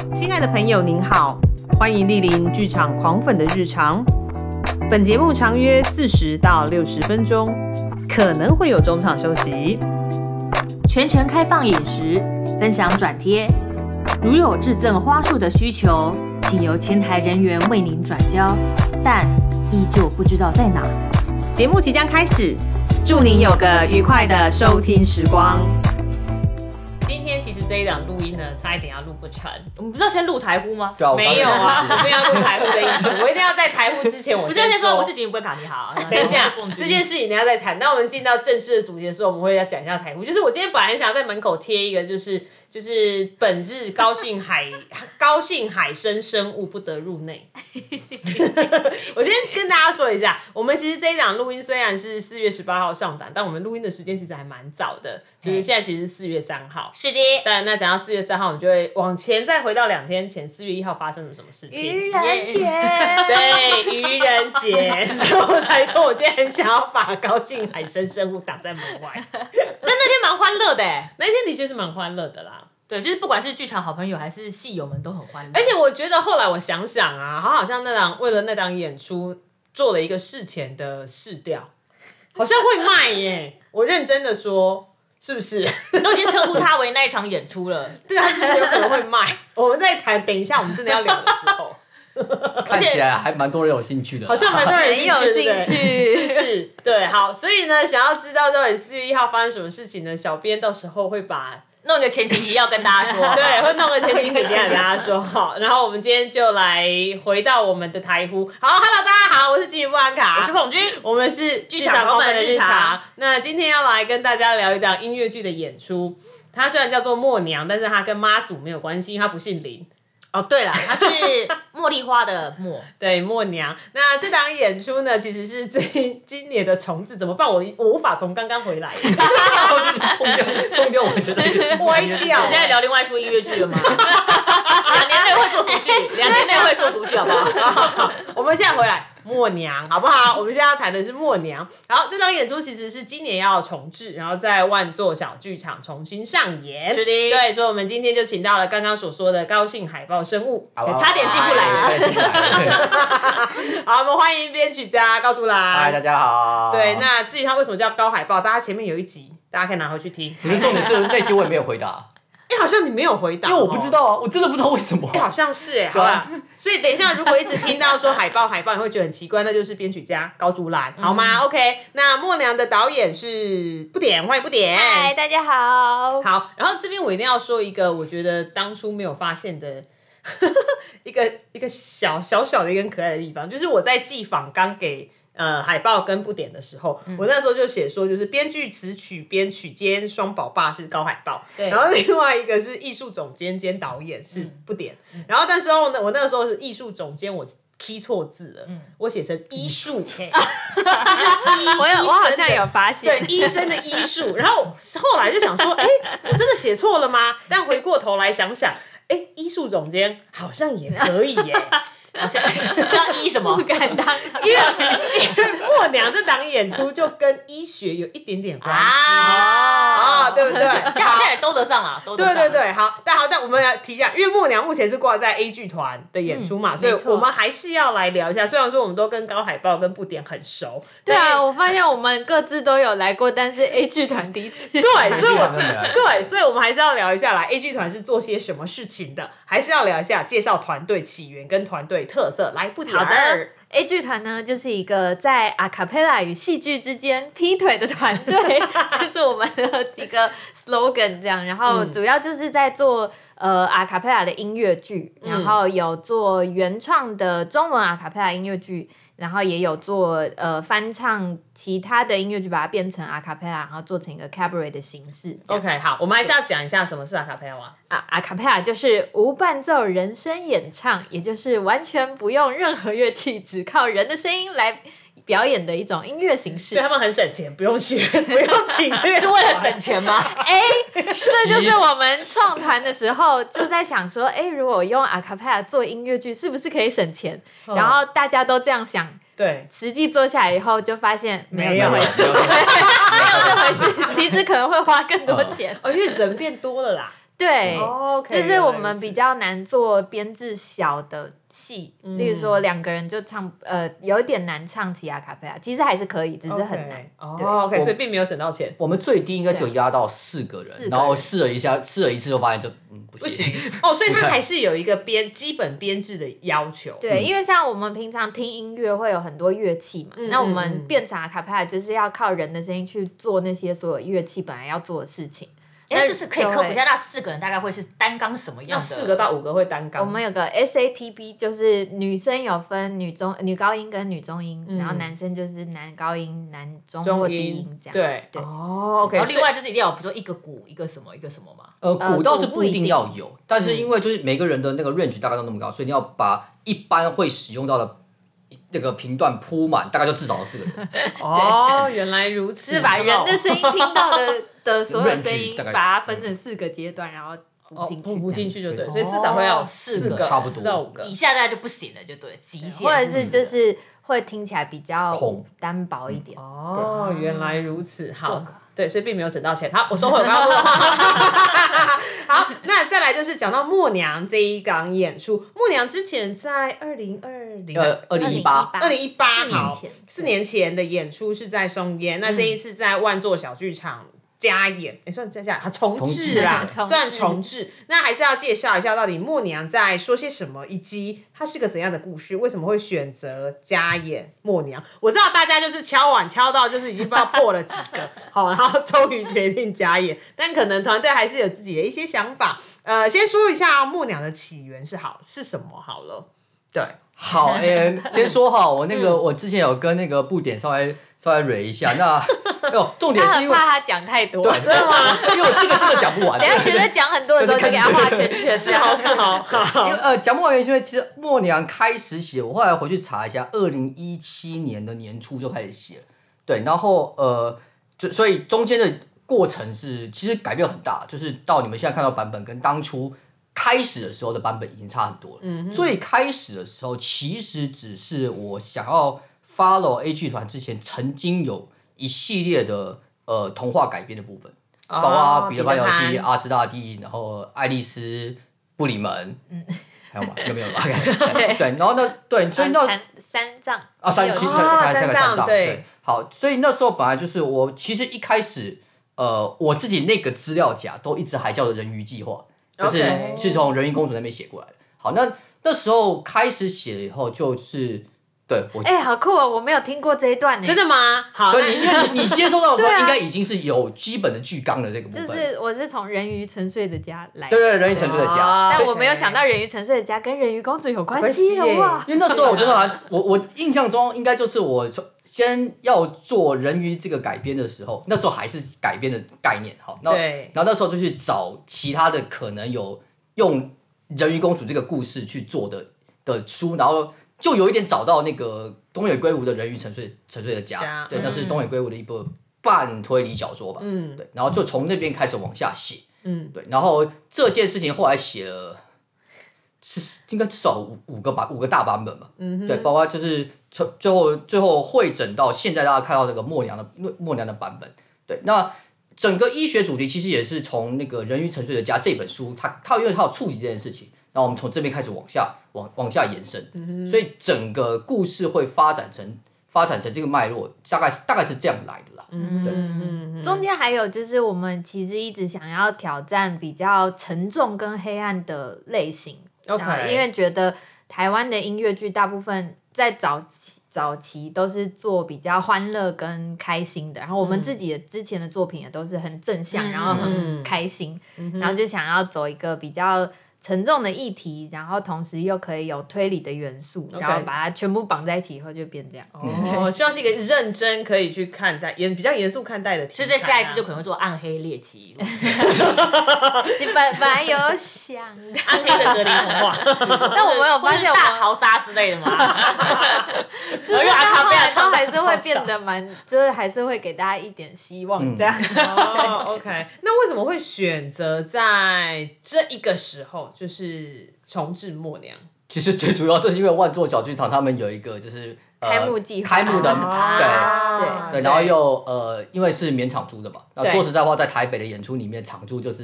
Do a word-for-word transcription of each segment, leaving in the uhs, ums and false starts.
亲爱的朋友您好，欢迎莅临剧场狂粉的日常。本节目长约四十到六十分钟，可能会有中场休息， 全程开放饮食，分享转贴。如有致赠花束的需求，请由前台人员为您转交，但依旧不知道在哪。 节目即将开始，祝您有个愉快的收听时光。今天其实这一档录音呢，差一点要录不成。 我们不是要先录台呼吗？ 啊、 没有啊，我没有要录台呼的意思。我一定要在台呼之前，我不是先说我是吉米布卡你好。 等一下，这件事情等一下再谈。那我们进到正式的主题的时候，我们会要讲一下台呼。就是我今天本来想要在门口贴一个，就是就是本日高兴海高兴海生生物不得入内。我先跟大家说一下，我们其实这一档录音虽然是四月十八号上档，但我们录音的时间其实还蛮早的，就是现在其实是四月三号。 是的。 但那讲到四月三号，我们就会往前再回到两天前，四月一号发生了什么事情？ 愚人节。 对，愚人节，所以我才说我今天很想要把高兴海生生物挡在门外。 但那天蛮欢乐的哎， 那天的确是蛮欢乐的啦。 对，就是不管是剧场好朋友还是戏友们都很欢乐。 而且我觉得后来我想想啊，他好像那档为了那档演出做了一个事前的试调，好像会卖耶。我认真的说。是不是？ 你都已经称呼他为那一场演出了。 对啊，就是有可能会卖。我们在谈，等一下我们真的要聊的时候， 看起来还蛮多人有兴趣的。 好像蛮多人有兴趣，是不是？对，好，所以呢，想要知道到底四月一号发生什么事情呢？小编到时候会把。 弄个前情提要跟大家说， 对，会弄个前情提要跟大家说好。然后我们今天就来回到我们的台呼。好 ，Hello， 大家好，我是吉米布兰卡， 我是凤君， 我们是剧场狂粉的日常。那今天要来跟大家聊一档音乐剧的演出，它虽然叫做《默娘》，但是它跟妈祖没有关系，因为它不姓林。 哦，对了，它是茉莉花的茉， 对，默娘。那这档演出呢，其实是今今年的重置，怎么办？我我无法从刚刚回来，痛掉痛掉，我觉得歪掉。 现在聊另外一出音乐剧了吗？两年内会做独剧，两年内会做独剧，好不好？ 好好好，我们现在回来。默娘，好不好？我们现在要谈的是默娘。好，这场演出其实是今年要重置，然后在万座小剧场重新上演。 是的， 对，所以我们今天就请到了刚刚所说的高兴海豹生物， 好差点进不来了。 好，我们欢迎编曲家高竹兰。 嗨，大家好。 对，那至于他为什么叫高海豹，大家前面有一集，大家可以拿回去听。 可是重点是那些我也没有回答。 哎、欸，好像你没有回答， 因为我不知道啊，我真的不知道为什么。 哎、欸，好像是哎、欸，好吧。所以等一下，如果一直听到说海豹海豹，你会觉得很奇怪，那就是编曲家高竹兰，好吗、嗯、？OK， 那默娘的导演是不点，欢迎不点。 嗨，大家好。 好，然后这边我一定要说一个，我觉得当初没有发现的一个一个小小小的一个很可爱的地方，就是我在寄访刚给。呃，海豹跟不点的时候，嗯、我那时候就写说，就是编剧、词曲、编曲兼双宝爸是高海豹，然后另外一个是艺术总监兼导演是不点，嗯、然后那时候呢，我那个时候是艺术总监，我 key 错字了，嗯、我写成医术，就是医， 我有，我好像有发现， 对，医生的医术，然后后来就想说，哎、欸，我真的写错了吗？但回过头来想想，哎、欸，艺术总监好像也可以耶。 好像像医什么不敢当， 因为因为默娘这档演出就跟医学有一点点关系啊、哦，对不对？ 现在都得上了，都得上。 对对对，好，但好，但我们要提一下，因为默娘目前是挂在 A 剧团的演出嘛、嗯，所以我们还是要来聊一下。虽然说我们都跟高海豹跟不点很熟， 对啊，我发现我们各自都有来过，但是 A 剧团第一次。 对，所以我对，所以我们还是要聊一下来 A 剧团是做些什么事情的，还是要聊一下介绍团队起源跟团队特色。来，不点。 好的 ，A 剧团呢，就是一个在阿卡贝拉与戏剧之间劈腿的团队，这是我们的一个 slogan 这样。然后主要就是在做呃阿卡贝拉的音乐剧，然后有做原创的中文阿卡贝拉音乐剧。然后也有做呃翻唱其他的音乐剧，把它变成阿卡贝拉，然后做成一个 cabaret 的形式。 OK， 好，我们还是要讲一下什么是阿卡贝拉啊。阿卡贝拉就是无伴奏人声演唱，也就是完全不用任何乐器，只靠人的声音来表演的一种音乐形式。 所以他们很省钱，不用学，不用请乐， 是为了省钱吗？ 哎，这就是我们创团的时候就在想说，哎，如果用阿卡贝拉做音乐剧，是不是可以省钱？嗯、然后大家都这样想。 对， 实际做下来以后就发现没有这回事， 没有这回事，其实可能会花更多钱。 哦，因为人变多了啦。 对， 哦，okay， 就是我们比较难做编制小的戏， 嗯例如说两个人就唱，呃，有一点难唱起阿卡贝拉，其实还是可以，只是很难。 Okay，哦，OK，所以并没有省到钱。 我们最低应该只有压到四个人，然后试了一下，试了一次就发现就嗯不行。 哦，所以它还是有一个编基本编制的要求。 对，因为像我们平常听音乐会有很多乐器嘛， 嗯、 那我们变成阿卡贝拉就是要靠人的声音去做那些所有乐器本来要做的事情。 哎，是是可以科普一下，那四个人大概会是单纲什么样的？ 那四个到五个会单纲。 我们有个 S A T B， 就是女生有分女中、女高音跟女中音，嗯、然后男生就是男高音、男中或低音这样。 对对哦 ，OK。 然后另外就是一定要有，比如说一个鼓，一个什么，一个什么嘛。 呃，鼓倒是不一定要有，但是因为就是每个人的那个 range 大概都那么高，所以你要把一般会使用到的那个频段铺满，大概就至少有四个人。 哦，原来如此， 是把人的声音听到的的所有声音， 大概把它分成四个阶段，然后补进去， 补进去就对，所以至少会要四个， 差不多四到五个， 以下大概就不行了，就对，极限。 或者是就是会听起来比较单薄一点。 哦，原来如此，好。对，所以并没有省到钱。好，我收回我刚刚说的话。好，那再来就是讲到默娘这一档演出。默娘之前在二零二零呃二零一八二零一八四年前四年前的演出是在松烟，那这一次在万座小剧场加演，哎、欸，算加加啊重置啦，算重置。那还是要介绍一下到底默娘在说些什么，以及它是个怎样的故事，为什么会选择加演默娘？我知道大家就是敲碗敲到就是已经不知道破了几个，好，然后终于决定加演，但可能团队还是有自己的一些想法。呃，先说一下默娘的起源是好是什么好了，对。 好，哎、欸，先说好，我那个、嗯、我之前有跟那个布点稍微稍微蕊一下，那没有重点是因为他很怕他讲太多， 对，真的吗？因为我这个真的讲不完， 等下觉得讲很多的时候就给他画圈圈， 是好是好。 因为呃讲不完原因，因为其实默娘开始写，我后来回去查一下，二零一七年的年初就开始写了，对，然后呃就所以中间的过程是其实改变很大，就是到你们现在看到版本跟当初开始的时候的版本已经差很多了。嗯，最开始的时候其实只是我想要 follow A 剧团之前曾经有一系列的呃童话改编的部分，哦、包括彼得潘游戏、阿兹大帝，然后爱丽丝、布里门，嗯，还有吗？有没有吧？对对，然后呢，对，所以那三藏啊，三三三三个三藏， 对， 对，好，所以那时候本来就是我其实一开始呃我自己那个资料夹都一直还叫做人鱼计划。就是、okay. 是从人鱼公主那边写过来的。好，那那时候开始写了以后，就是对我哎、欸，好酷哦！我没有听过这一段呢。 真的吗？好， 对，你因为你你接收到的时候，应该已经是有基本的剧纲的这个部分。 就是我是从人鱼沉睡的家来的。 对对，人鱼沉睡的家。 但我没有想到人鱼沉睡的家跟人鱼公主有关系哇！ 因为那时候我真的，我我印象中应该就是我先要做人鱼这个改编的时候，那时候还是改编的概念，好，然后然后那时候就去找其他的可能有用人鱼公主这个故事去做的的书，然后就有一点找到那个东野圭吾的人鱼沉睡沉睡的家，家对，嗯、那是东野圭吾的一部半推理小说吧，嗯，对，然后就从那边开始往下写，嗯，对，然后这件事情后来写了。是应该至少五五个版五个大版本吧，嗯，对，包括就是最后最后汇整到现在大家看到这个默娘的默娘的版本，对，那整个医学主题其实也是从那个《人鱼沉睡的家》这本书，它它因为它有触及这件事情，然后我们从这边开始往下往往下延伸，嗯，所以整个故事会发展成发展成这个脉络，大概大概是这样来的啦，嗯，对， 嗯，中间还有就是我们其实一直想要挑战比较沉重跟黑暗的类型。 Okay. 因为觉得台湾的音乐剧大部分在早期早期都是做比较欢乐跟开心的，然后我们自己的之前的作品也都是很正向，嗯、然后很开心，嗯、然后就想要走一个比较沉重的议题，然后同时又可以有推理的元素， okay. 然后把它全部绑在一起以后就变这样。 哦，希望是一个认真可以去看待，也比较严肃看待的题材、啊。 所以在下一次就可能会做暗黑猎奇。 本本来有想暗黑的格林童话， 但我们有发现我大逃杀之类的吗？ 就是他后来都还是会变得蛮，就是还是会给大家一点希望这样。 嗯、哦 ，OK， 那为什么会选择在这一个时候？就是重置默娘， 其实最主要就是因为万座小剧场他们有一个就是、呃、 开幕计划， 开幕的、 啊、 对 对, 对，然后又呃因为是免场租的嘛，那说实在话，在台北的演出里面场租就是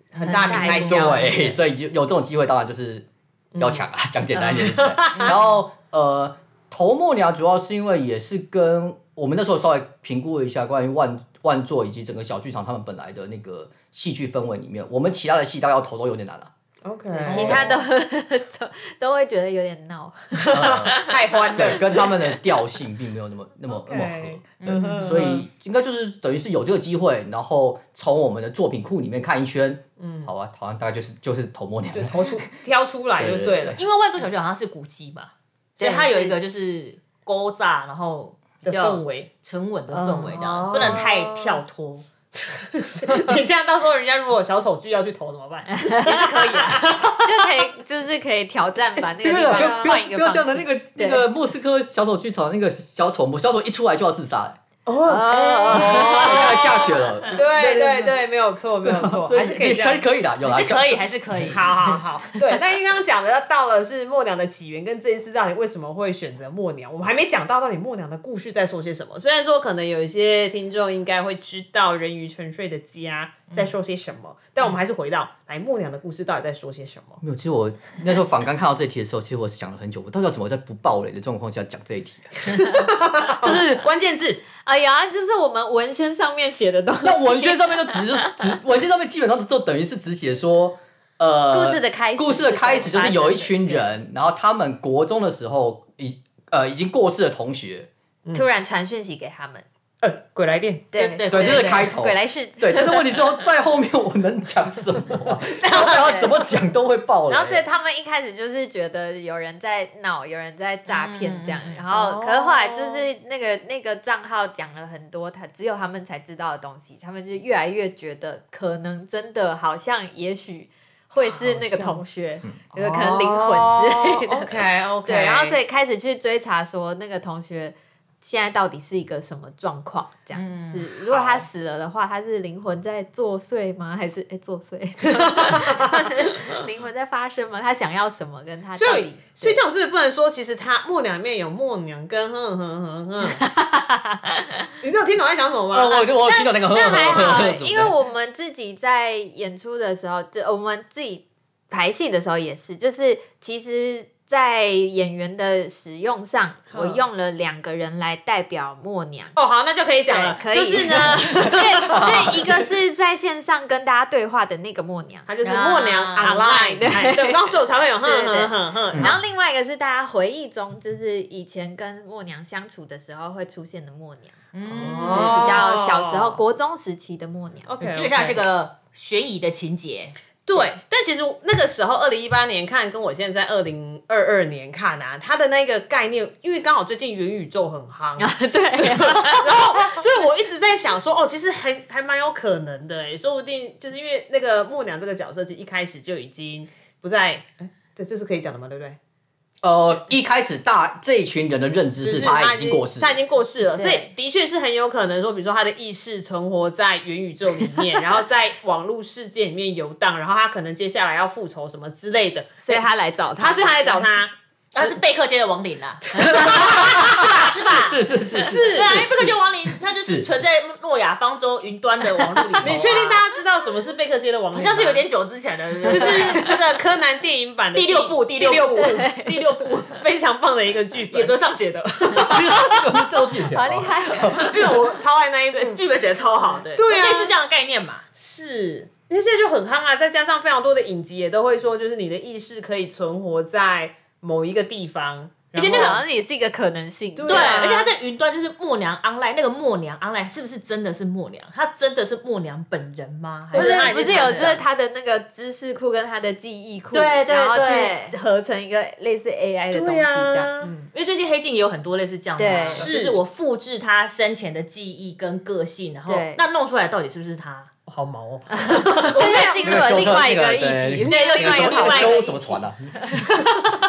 很大笔开销。 对，所以有有这种机会，当然就是要抢啊，讲、嗯、简单一点。然后呃，投默娘主要是因为也是跟我们那时候稍微评估了一下关于万万座以及整个小剧场他们本来的那个戏剧氛围里面，我们其他的戏大概要投都有点难了、啊。 OK， 其他都都都会觉得有点闹， 呃、 太欢乐，跟他们的调性并没有那么那么、okay. 那么合，对，嗯、所以应该就是等于是有这个机会，然后从我们的作品库里面看一圈，嗯，好啊，好像大概就是就是投默娘， 就投出挑出来就对了， 因为万座小剧好像是古迹吧，所以它有一个就是勾炸，然后比较氛围沉稳的氛围，这样、哦、不能太跳脱。 你这样到时候人家如果小丑剧要去投怎么办？ 也是可以啊，就可以就是可以挑战把那个地方换一个方式。 不要这样的，那个那个莫斯科小丑剧场那个小丑，小丑一出来就要自杀、欸。哦，哦，下雪了。 对对对，没有错，没有错，还是可以， 还是可以的，有还是可以，还是可以。 好好好，对，那因为刚刚讲的到了是默娘的起源，跟这一次到底为什么会选择默娘，我们还没讲到到底默娘的故事在说些什么。虽然说可能有一些听众应该会知道人鱼沉睡的家在说些什么，嗯、但我们还是回到来默娘的故事到底在说些什么。 没有，其实我那时候访刚看到这一题的时候，其实我想了很久，我到底要怎么在不爆雷的状况下讲这一题、啊，就是关键字。 哎呀，就是我们文宣上面写的东西。 那文宣上面就只是只文宣上面基本上就等于是只写说，呃， 故事的开始， 故事的开始就是有一群人，然后他们国中的时候已呃已经过世的同学， 突然传讯息给他们。 呃，鬼来电， 对对对，这是开头。 鬼来讯， 对，但是问题是在后面我能讲什么、啊？然后怎么讲都会爆雷。 然后所以他们一开始就是觉得有人在闹，有人在诈骗这样，嗯、然后、哦、可是后来就是那个那个账号讲了很多他只有他们才知道的东西，他们就越来越觉得可能真的好像也许会是那个同学，有可能灵魂之类的。 哦、OK OK。 对，然后所以开始去追查说那个同学。现在到底是一个什么状况？这样、嗯、是，如果他死了的话，他是灵魂在作祟吗？还是哎作祟？灵魂在发生吗？他想要什么？跟他到底？ 所以这种是不是不能说，其实他默娘里面有默娘跟哼哼哼哼。你知道听懂在讲什么吗？ 哦、我我听懂那个哼哼哼。 但还好，因为我们自己在演出的时候，就我们自己排戏的时候也是，就是其实。在演员的使用上，我用了两个人来代表默娘。 哦，好，那就可以讲了。 可以， 就是呢， 对，对，一个是在线上跟大家对话的那个默娘， 她就是默娘 online， 对，对，当时我才会有哼哼哼哼。 然后另外一个是大家回忆中，就是以前跟默娘相处的时候会出现的默娘，嗯，就是比较小时候国中时期的默娘。 OK， 就像是个悬疑的情节。 对，但其实那个时候二零一八年看跟我现在在二零二二年看啊，它的那个概念，因为刚好最近元宇宙很夯、 啊、对， 然后所以我一直在想说，哦，其实还还蛮有可能的哎，说不定就是因为那个默娘这个角色，其实一开始就已经不在，哎，对，这是可以讲的吗？对不对？ 呃，一开始大这一群人的认知是他已经过世了， 他已经过世了，所以的确是很有可能说，比如说他的意识存活在元宇宙里面，然后在网络世界里面游荡，然后他可能接下来要复仇什么之类的， 所以他来找他， 他是他来找他。 他是贝克街的亡灵啦，是吧？是吧？ 是是是是， 对啊，因为贝克街亡灵，它就是存在诺亚方舟云端的网络里面。 你确定大家知道什么是贝克街的亡灵？ 好像是有点久之前的， 就是那个柯南电影版的第六部，第六部，第六部， 非常棒的一个剧本， 野泽上写的， 好厉害， 因为我超爱那一部， 剧本写的超好，对， 对啊， 类似这样的概念嘛， 是。因为现在就很夯啊，再加上非常多的影集也都会说，就是你的意识可以存活在某一个地方， 而且那个好像也是一个可能性。 对，而且它在云端就是默娘 online， 那个默娘 online 是不是真的是默娘？她真的是默娘本人吗？ 不是，不是有就是她的那个知识库跟她的记忆库， 对对对， 然后去合成一个类似 A I 的东西这样。 嗯，因为最近黑镜也有很多类似这样的， 对， 就是我复制她生前的记忆跟个性，然后那弄出来到底是不是她？ 好毛哦！ 这就进入了另外一个议题， 对， 又进入另外一个修什么船啊？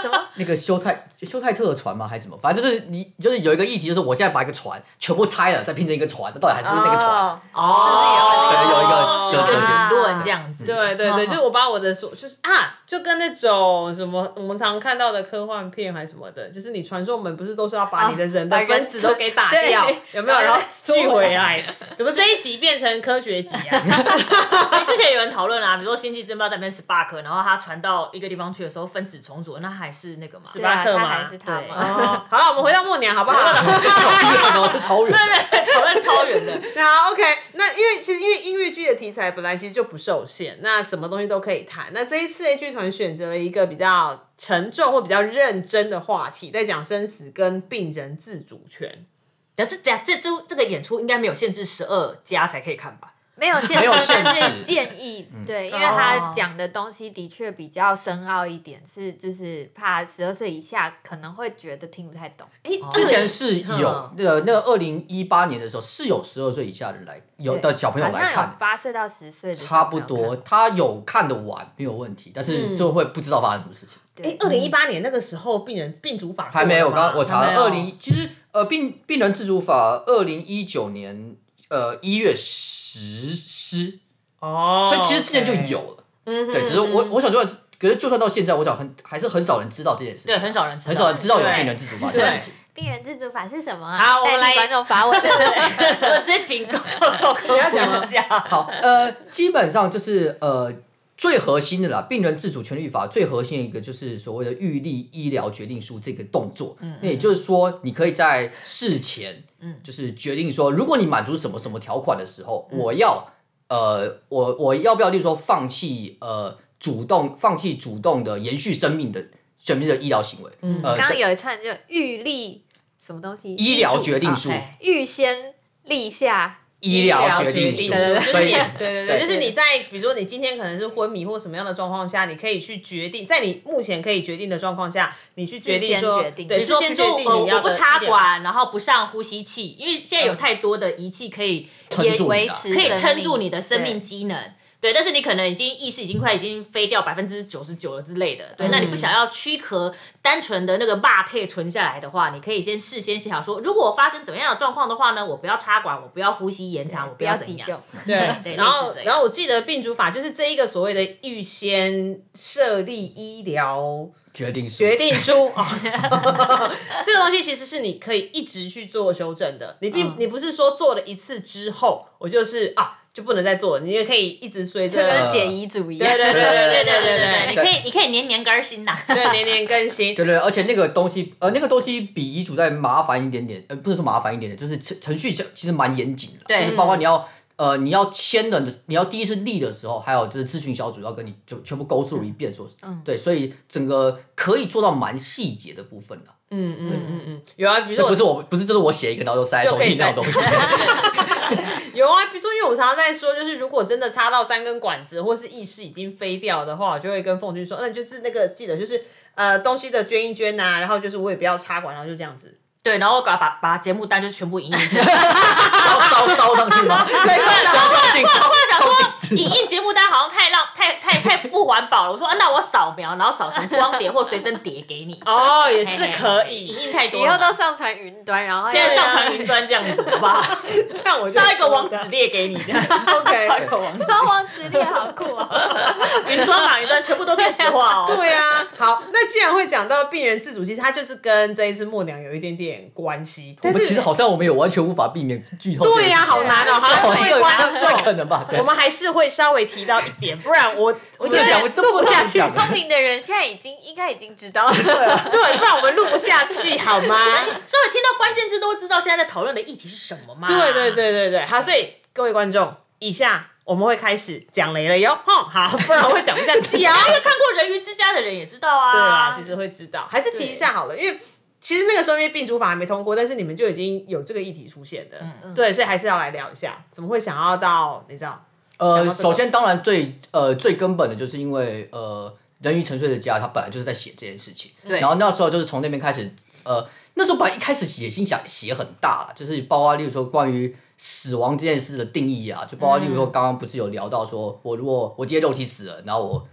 什么？ 那个修泰修泰特的船吗？还是什么？反正就是你就是有一个议题，就是我现在把一个船全部拆了，再拼成一个船，那到底还是那个船？ 哦， 对，有一个哲学理论这样子。 对对对，就是我把我的说，就是啊，就跟那种什么我们常看到的科幻片还是什么的，就是你传送门不是都是要把你的人的分子都给打掉，有没有？然后聚回来？怎么这一集变成科学集啊？ 之前有人讨论啊，比如说星际争霸在那边十八颗，然后它传到一个地方去的时候分子重组，那还是那个嘛， 十八克吗？ 还是他嘛？ 哦，好了，我们回到默娘好不好？ 这超远， 对对，讨论超远的。 好 ，OK， 那因为其实因为音乐剧的题材本来其实就不受限，那什么东西都可以谈。那这一次 A 剧团选择了一个比较沉重或比较认真的话题，在讲生死跟病人自主权。 这这这这这个演出应该没有限制十二家才可以看吧？ 没有限制，但是建议、嗯、对，因为他讲的东西的确比较深奥一点，是就是怕十二岁以下可能会觉得听不太懂。 哎， 之前是有那个那个二零一八年的时候是有十二岁以下的人来有的小朋友来看， 八岁到十岁的差不多，他有看得完没有问题，但是就会不知道发生什么事情。 哎、嗯，二零一八年那个时候病人病主法还没有，我刚刚我查了二零，其实呃病病人自主法二零一九年呃一月实施。哦，所以其实之前就有了，嗯，对，只是我我想说，可是就算到现在，我想很还是很少人知道这件事情， 对，很少人知道， 很少人知道有病人自主法这件事情。 病人自主法是什么啊？ 好，我们来观众发问， 我直接请教授科普一下。 好，呃，基本上就是呃最核心的啦，病人自主权利法最核心的一个就是所谓的预立医疗决定书这个动作，嗯，那也就是说，你可以在事前，嗯，就是决定说，如果你满足什么什么条款的时候，嗯、我要。呃，我我要不要，例如说放弃呃主动放弃主动的延续生命的生命的医疗行为？ 嗯，呃，刚刚有一串就预立什么东西？ 医疗决定书， 预先立下医疗决定书， 所以对对对，就是你在比如说你今天可能是昏迷或什么样的状况下，你可以去决定，在你目前可以决定的状况下，你去决定说，对，事先决定你要的，我不插管，然后不上呼吸器，因为现在有太多的仪器可以。 维持可以撑住你的生命机能，对，但是你可能已经意识已经快已经飞掉百分之九十九了之类的，对，嗯、那你不想要躯壳单纯的那个骂可以存下来的话，你可以先事先写好说，如果发生怎么样的状况的话呢，我不要插管，我不要呼吸延长，我不要怎样， 对对，然后然后我记得病主法就是这一个所谓的预先设立医疗。 决定书， 决定书啊，哦、这个东西其实是你可以一直去做修正的。你并、嗯、你不是说做了一次之后，我就是啊就不能再做了，你也可以一直随着。 跟写遗嘱一样。 对对对对对对对对， 你可以你可以年年更新呐。 对，年年更新。 对对，而且那个东西呃那个东西比遗嘱再麻烦一点点，呃不是说麻烦一点点，就是程程序其实蛮严谨的， 对， 就是包括你要。呃，你要签的，你要第一次立的时候，还有就是咨询小组要跟你就全部go through一遍，说，嗯，对，所以整个可以做到蛮细节的部分的。 嗯嗯嗯嗯，有啊，比如说不是我不是就是我写一个然后就塞在抽屉那种东西。 有啊，比如说，因为我常常在说，就是如果真的插到三根管子，或是意识已经飞掉的话，我就会跟凤君说，那就是那个记得就是呃东西的捐一捐呐、啊，然后就是我也不要插管，然后就这样子。 对，然后把把把节目单就是全部影印， 烧烧烧上去吗？ 对， 然后后来后来想说，影印节目单好像太浪太太太不环保了。我说、啊、那我扫描，然后扫成光碟或随身碟给你。 哦，也是可以， 影印太多了， 以后都上传云端，然后现在上传云端这样子，好不好？ 这样我就烧一个网址列给你，这样 OK， 烧一个网址， 烧网址列好酷哦。 云端嘛，云端全部都电子化哦。 对啊，好，那既然会讲到病人自主，其实它就是跟这一次默娘有一点点关系。 我们其实好像我们也完全无法避免剧透。 对呀、啊，好难哦、喔。好，各位观众， 可能吧？ 我们还是会稍微提到一点，不然我我觉得录不下去。 聪明的人现在已经应该已经知道了， 对，不然我们录不下去，好吗？ 稍微听到关键字都知道现在在讨论的议题是什么吗？ 对对对对对，好，所以各位观众，以下我们会开始讲雷了哟，吼，好，不然我会讲不下去啊。 因为看过《人鱼之家》的人也知道啊。 对啊，其实会知道，还是提一下好了，因为。其实那个时候因为病主法还没通过，但是你们就已经有这个议题出现的，嗯嗯对，所以还是要来聊一下，怎么会想要到你知道？ 呃，这個、首先当然最呃最根本的就是因为呃人鱼沉睡的家，他本来就是在写这件事情， 对， 然后那时候就是从那边开始，呃，那时候本来一开始野心想写很大啦，就是包括例如说关于死亡这件事的定义啊，就包括例如说刚刚不是有聊到说，我如果我今天肉体死了，然后我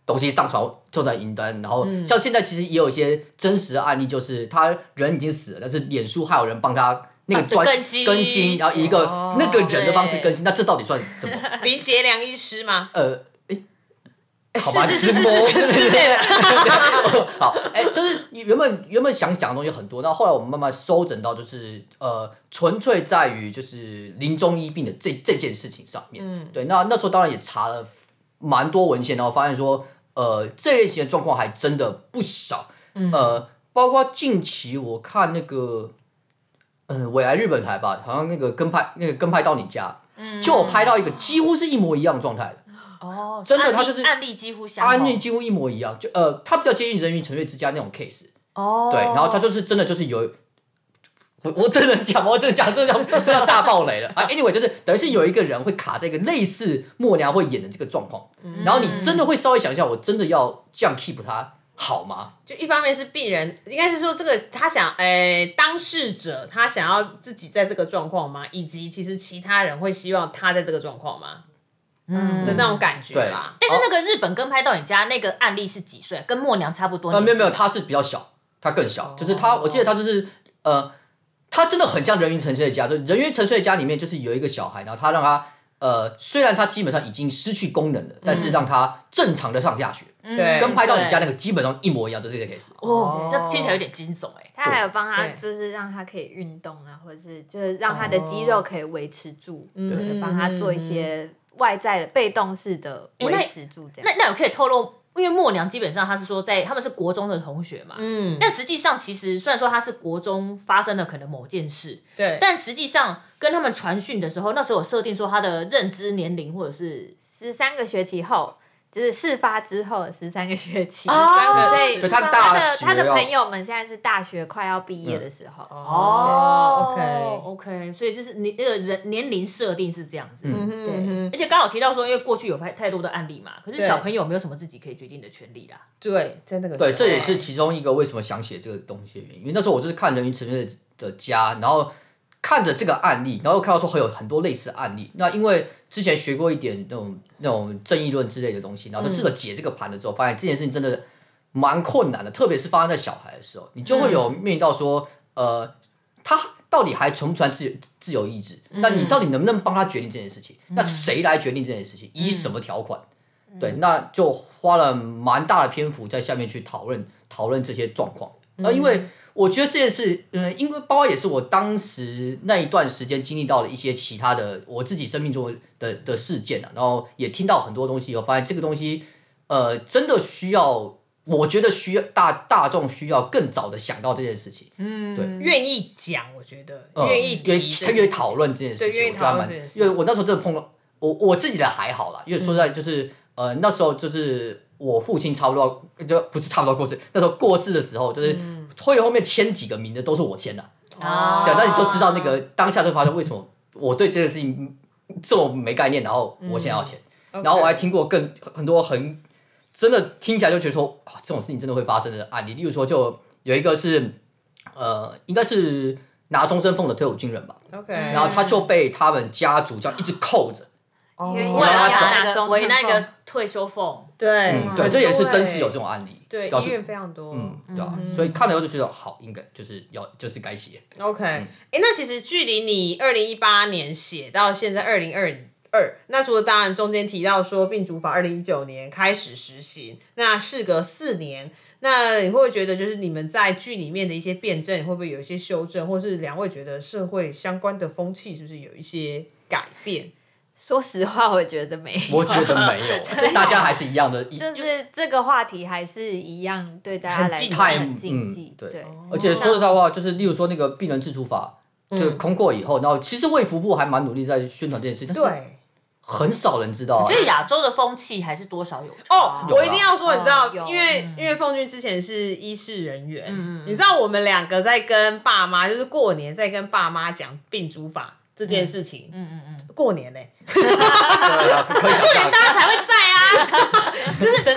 东西上传做在云端，然后像现在其实也有一些真实的案例，就是他人已经死了，但是脸书还有人帮他那个专更新更新，然后以一个那个人的方式更新，那这到底算什么？ 林杰良医师吗？ 呃，哎，好吧， 是是是直播是是之类的。 好，哎，就是原本原本想讲的东西很多，然后后来我们慢慢收整到就是呃，纯粹在于就是临终医病的这这件事情上面。嗯，对，那那时候当然也查了蛮多文献，然后发现说。呃，这类型的状况还真的不少，嗯、呃，包括近期我看那个，嗯、呃，未来日本台吧，好像那个跟拍那个跟拍到你家，嗯、就有拍到一个几乎是一模一样的状态的。 哦， 真的，他就是案例几乎相同， 案例几乎一模一样，就呃，他比较接近人鱼沉睡之家那种 case。 哦， 对，然后他就是真的就是有。我我真的讲，我真的讲，真的讲，真的大爆雷了啊 ！Anyway， 就是等于是有一个人会卡在一个类似默娘会演的这个状况，嗯、然后你真的会稍微想一下，我真的要这样 keep 他好吗？ 就一方面是病人，应该是说这个他想，诶、呃，当事者他想要自己在这个状况吗？以及其实其他人会希望他在这个状况吗？嗯的那种感觉啦。 但是那个日本跟拍到你家那个案例是几岁？跟默娘差不多？ 呃，没有没有，他是比较小，他更小，哦、就是他，我记得他就是呃。他真的很像人鱼沉睡的家，就人鱼沉睡的家里面就是有一个小孩，然后他让他呃，虽然他基本上已经失去功能了，嗯、但是让他正常的上下学， 对、嗯， 跟拍到你家那个基本上一模一样，就是这个 case。 哦，这听起来有点惊悚哎、欸。 他还有帮他，就是让他可以运动啊，或者是就是让他的肌肉可以维持住，哦、对，帮他做一些外在的被动式的维持住这样。 那那我可以透露。因为默娘基本上他是说在他们是国中的同学嘛，嗯，但实际上其实虽然说他是国中发生了可能某件事， 对， 但实际上跟他们传讯的时候，那时候有设定说他的认知年龄或者是十三个学期后，就是事发之后十三个学期， 哦， 所以他大学他的朋友们现在是大学快要毕业的时候， 嗯、哦 ，OK OK， 所以就是你那个人年龄设定是这样子， 嗯， 对，而且刚好提到说，因为过去有太太多的案例嘛，可是小朋友没有什么自己可以决定的权利啦。 对，在那个对，这也是其中一个为什么想写这个东西的原因。因为那时候我就是看人鱼沉睡的家，然后看着这个案例，然后看到说会有很多类似的案例。那因为之前学过一点那种那种正义论之类的东西，然后就试着解这个盘了之后，发现这件事情真的蛮困难的，特别是发生在小孩的时候，你就会有面临到说，呃，他到底还存不存在自由自由意志？那你到底能不能帮他决定这件事情？那谁来决定这件事情？以什么条款？对，那就花了蛮大的篇幅在下面去讨论讨论这些状况。那因为我觉得这件事，嗯、呃，因为包括也是我当时那一段时间经历到了一些其他的我自己生命中的的事件啊，然后也听到很多东西，我发现这个东西，呃，真的需要，我觉得需要大大众需要更早的想到这件事情，嗯，对， 愿意讲，我觉得愿意提， 他愿意讨论这件事情， 对，愿意讨论这件事， 因为我那时候真的碰到我我自己的还好啦，因为说实在就是。嗯呃，那时候就是我父亲差不多就不是差不多过世，那时候过世的时候，就是会后面签几个名的都是我签的，啊，对，那你就知道那个当下就发现为什么我对这件事情这么没概念，然后我想要钱，嗯 okay. 然后我还听过更很多很真的听起来就觉得说，啊，这种事情真的会发生的案例，例如说就有一个是呃，应该是拿终身俸的退伍军人吧 ，OK， 然后他就被他们家族这样一直扣着。 哦， 为了那个为那个退休俸， 对、 嗯，对，这也是真实有这种案例， 对，医院非常多， 嗯，对啊，嗯、所以看了以后就觉得好，应该就是要就是该写。 OK， 哎、嗯欸，那其实距离你二零一八年写到现在二零二二，那除了当然中间提到说病主法二零一九年开始实行，那事隔四年，那你会不会觉得就是你们在剧里面的一些辩证会不会有一些修正，或是两位觉得社会相关的风气是不是有一些改变？ 说实话，我觉得没有。 我觉得没有，大家还是一样的。 就是这个话题还是一样，对大家来说很禁忌。 嗯、对， 对而且说实在话，就是例如说那个病人自主法，就通过以后，然后其实卫福部还蛮努力在宣传这件事，但是很少人知道、啊。 所以亚洲的风气还是多少有哦。我一定要说，你知道， 哦、 因为、嗯、因为凤君之前是医事人员，嗯、你知道我们两个在跟爸妈，就是过年在跟爸妈讲病主法。这件事情，嗯嗯嗯，过年嘞、欸， 对啊，可以想象， 大家才会在啊， 就是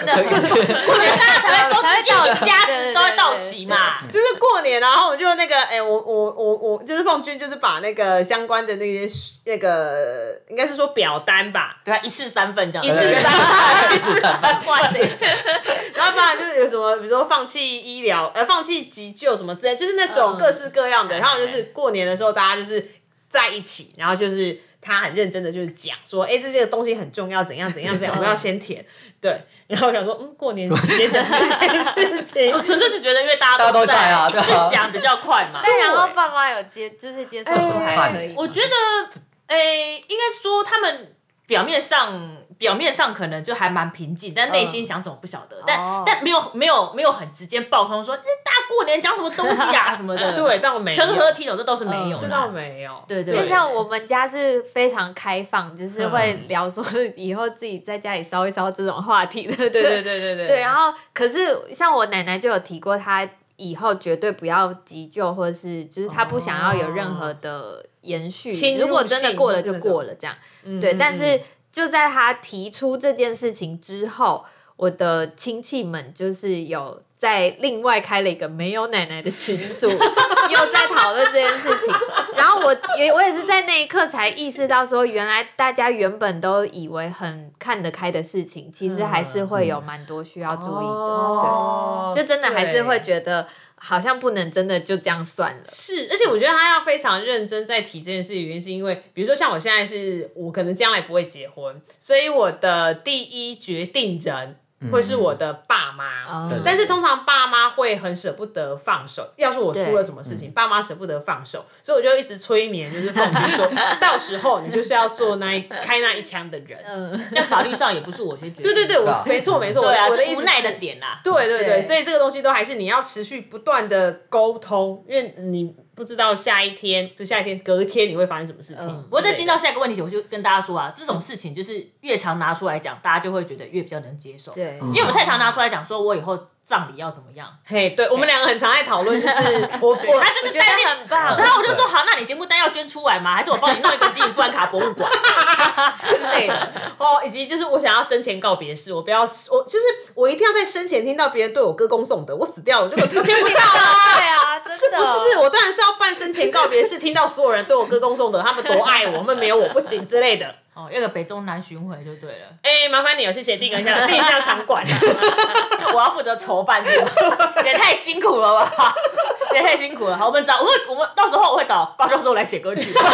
的， 可以过年大家才会都才会要到家对对对都会到齐嘛。 就是过年，然后我就那个，哎、我我我我就是凤君，就是把那个相关的那些那个，应该是说表单吧， 对啊，一式三份这样。 一式三份，一式三份， 哇塞！ 然后当然就是有什么，比如说放弃医疗，呃，放弃急救什么之类，就是那种各式各样的。 嗯、 然后就是过年的时候，大家就是在一起，然后就是他很认真的就是讲说，哎、欸，这这个东西很重要，怎样怎样怎样，我们要先填。对，然后我想说，嗯，过年期间讲这件事情， 我纯粹是觉得，因为大家都在啊， 一次讲比较快嘛。 对，然后爸妈有接，就是接受度还可以。 我觉得，诶、欸，应该说他们表面上。表面上可能就还蛮平静，但内心想什么不晓得，嗯、但、哦、但没有没有没有很直接爆通说这大过年讲什么东西啊什么的， 对，但我没有成何体统，这都是没有的， 这倒没有， 对对。 就像我们家是非常开放，就是会聊说以后自己在家里烧一烧这种话题的，对对对对对对。 对，然后可是像我奶奶就有提过，她以后绝对不要急救，或者是就是她不想要有任何的延续， 哦、 如果真的过了就过了这样， 嗯、 对，但是。就在他提出这件事情之后，我的亲戚们就是有在另外开了一个没有奶奶的群组，又在讨论这件事情。然后我也我也是在那一刻才意识到说，原来大家原本都以为很看得开的事情，其实还是会有蛮多需要注意的。 哦、 对，就真的还是会觉得。好像不能真的就这样算了。 是，而且我觉得他要非常认真在提这件事的原因，是因为比如说像我现在是我可能将来不会结婚，所以我的第一决定人会是我的爸妈，嗯、但是通常爸妈会很舍不得放手。要是我出了什么事情，爸妈舍不得放手，所以我就一直催眠，就是凤君说，到时候你就是要做那一开那一枪的人。 嗯，但法律上也不是我先决定。 对对对，我没错没错， 对啊， 我的意思是无奈的点啦。 对对 对, 对，所以这个东西都还是你要持续不断的沟通，因为你不知道下一天，就下一天隔天你会发生什么事情。嗯、 不过再进到下一个问题，我就跟大家说啊，这种事情就是越常拿出来讲，大家就会觉得越比较能接受。 对， 因为我太常拿出来讲，说我以后葬礼要怎么样。 嘿，对，我们两个很常在讨论，就是我我他就是担心很棒， 然后我就说好，那你节目单要捐出来吗？还是我帮你弄一个基因布兰卡博物馆之类的？ 哦，以及就是我想要生前告别式，我不要，我就是我一定要在生前听到别人对我歌功颂德，我死掉了，我就都听不到啊。对啊， 是不是？我当然是要办生前告别式，听到所有人对我歌功颂德，他们多爱我，他们没有我不行之类的。 哦，要个北中南巡回就对了。 哎、欸，麻烦你有，谢谢，定一下，定一下场馆。 就我要负责筹办，也太辛苦了吧，也太辛苦了。好，我们找，我会，我们到时候我会找高教授来写歌曲。生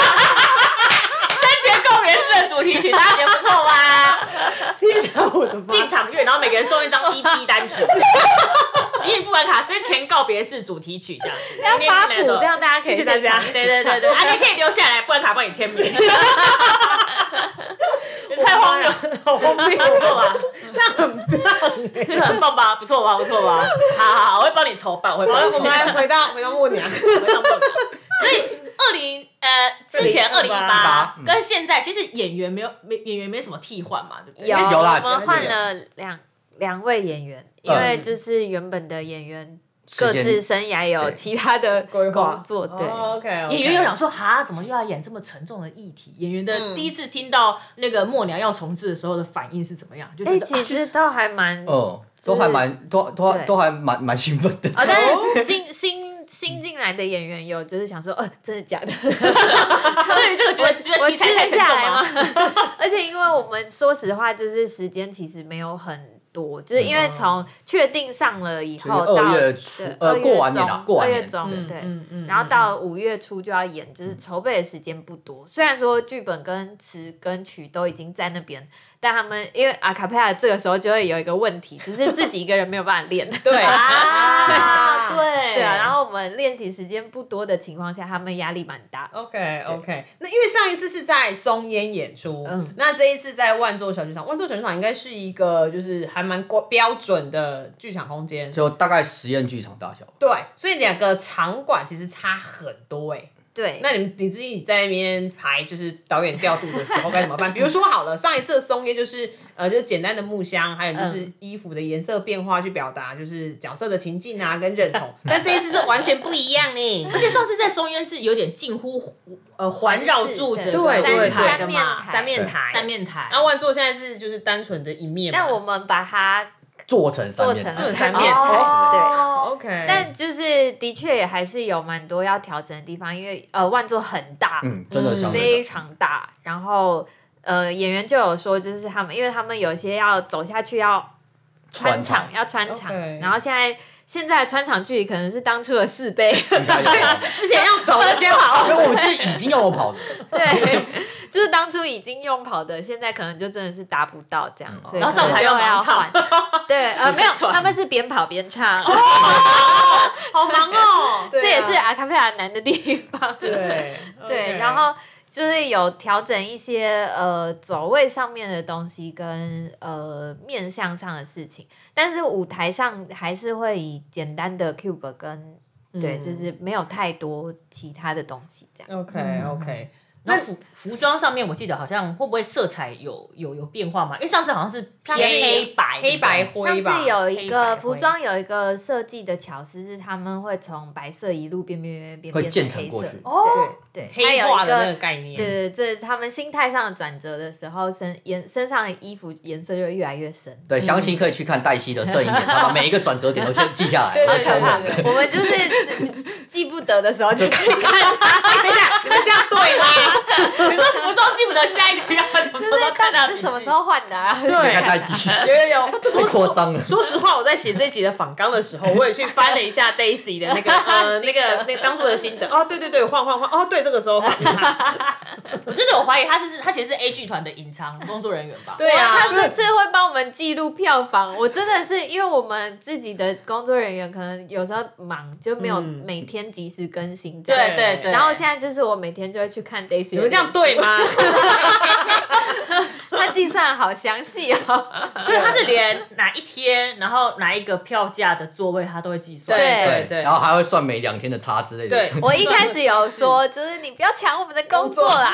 前告别式的主题曲，大家觉得不错吧？ 天哪，我的妈！ 进场乐，然后每个人送一张 E P 单曲。吉米布兰卡生前告别式主题曲这样子， 要发谱，这样大家可以大家。 对对对对，啊，你可以留下来，布兰卡帮你签名。太荒谬， 好荒谬， 不错吧？ 这样很棒， 这很棒吧？不错吧？不错吧？好好好，我会帮你筹办，我会帮你筹办。 我们来回到回到默娘， 回到默娘。所以二零呃之前二零一八跟现在，其实演员没有没演员没什么替换嘛，对不对？ 有有啦， 我们换了两两位演员，因为就是原本的演员。各自生涯有其他的工作，对。 Oh, okay, okay. 演员有想说，哈，怎么又要演这么沉重的议题？演员的第一次听到那个默娘要重置的时候的反应是怎么样？就觉得、 欸、其实都还蛮， 哦、嗯，都还蛮，都都都还蛮蛮兴奋的。 哦，但是新新新进来的演员有就是想说，呃，真的假的？ 对于这个觉得觉得题材太沉重吗？ 而且因为我们说实话，就是时间其实没有很。多就是因为从确定上了以后到二月初，呃，过完年了，过完年， 二月中对，然后到五月初就要演，就是筹备的时间不多。虽然说剧本跟词跟曲都已经在那边，但他们因为阿卡贝拉这个时候就会有一个问题，只是自己一个人没有办法练。 对啊，对对啊，然后我们练习时间不多的情况下，他们压力蛮大。 OK OK， 那因为上一次是在松烟演出，嗯，那这一次在万座小剧场，万座小剧场应该是一个就是还蛮标准的剧场空间， 就大概实验剧场大小。 对，所以两个场馆其实差很多哎、欸。 对， 那你们你自己在那边排就是导演调度的时候该怎么办？比如说好了，上一次的松烟就是呃就是简单的木箱，还有就是衣服的颜色变化去表达就是角色的情境啊跟认同，但这一次是完全不一样呢。 而且上次在松烟是有点近乎呃环绕住着对对台的嘛， 三面台， 三面台。 然后万座现在是就是单纯的一面嘛， 但我们把它做成三面做成台， 了三面哦台，对。 OK， 但就是的确也还是有蛮多要调整的地方，因为呃万座很大， 嗯，真的相对非常大，然后呃演员就有说，就是他们因为他们有些要走下去要穿场，要穿场， Okay. 然后现在现在的穿场距离可能是当初的四倍， 之前要走的先跑， 因为我们是已经要我跑的， 对，就是当初已经用跑的，现在可能就真的是达不到这样，所以然后上台要要换，对，呃没有， 传他们是边跑边唱， 好忙哦， 对啊这也是阿卡贝拉难的地方， 对对， OK 然后就是有调整一些呃走位上面的东西跟呃面向上的事情，但是舞台上还是会以简单的 cube 跟、 嗯对，就是没有太多其他的东西这样。 OK OK。 那服服装上面，我记得好像会不会色彩有有有变化嘛？因为上次好像是偏黑白黑白对不对灰吧上次有一黑白灰个服装有一个设计的巧思是他们会从白色一路变变变变会变成黑色渐层过去， 哦， 对， 黑化的那个个。 概念， 对对，这是他们心态上的转折的时候，身颜身上的衣服颜色就会越来越深。 对，详情可以去看黛西的摄影眼，他把每一个转折点都先记下来， 对对然后抽嘛。 对对我们就是记不得的时候就去看它， 等一下，你们这样对吗？ 你说服装记不得下一个要什么时候看到到底是什么时候换的啊？ 可以看对， 黛西， 有有有， 太夸张了。 说实话，我在写这集的访纲的时候，我也去翻了一下 Daisy 的那个呃那个那个当初的心得。哦，对对对，换换换，哦，对，这个时候换。 我真的有怀疑他是他其实是 A 剧团的隐藏工作人员吧？ 对啊， 他这次会帮我们记录票房，我真的是因为我们自己的工作人员可能有时候忙，就没有嗯每天及时更新。 对对对。 然后现在就是我每天就会去看 Daisy， 你们这样对吗？ 他计算好详细哦。 对，他是连哪一天，然后哪一个票价的座位，他都会计算。 对对对然后还会算每两天的差之类的。 对， 我一开始有说，就是你不要抢我们的工作啦。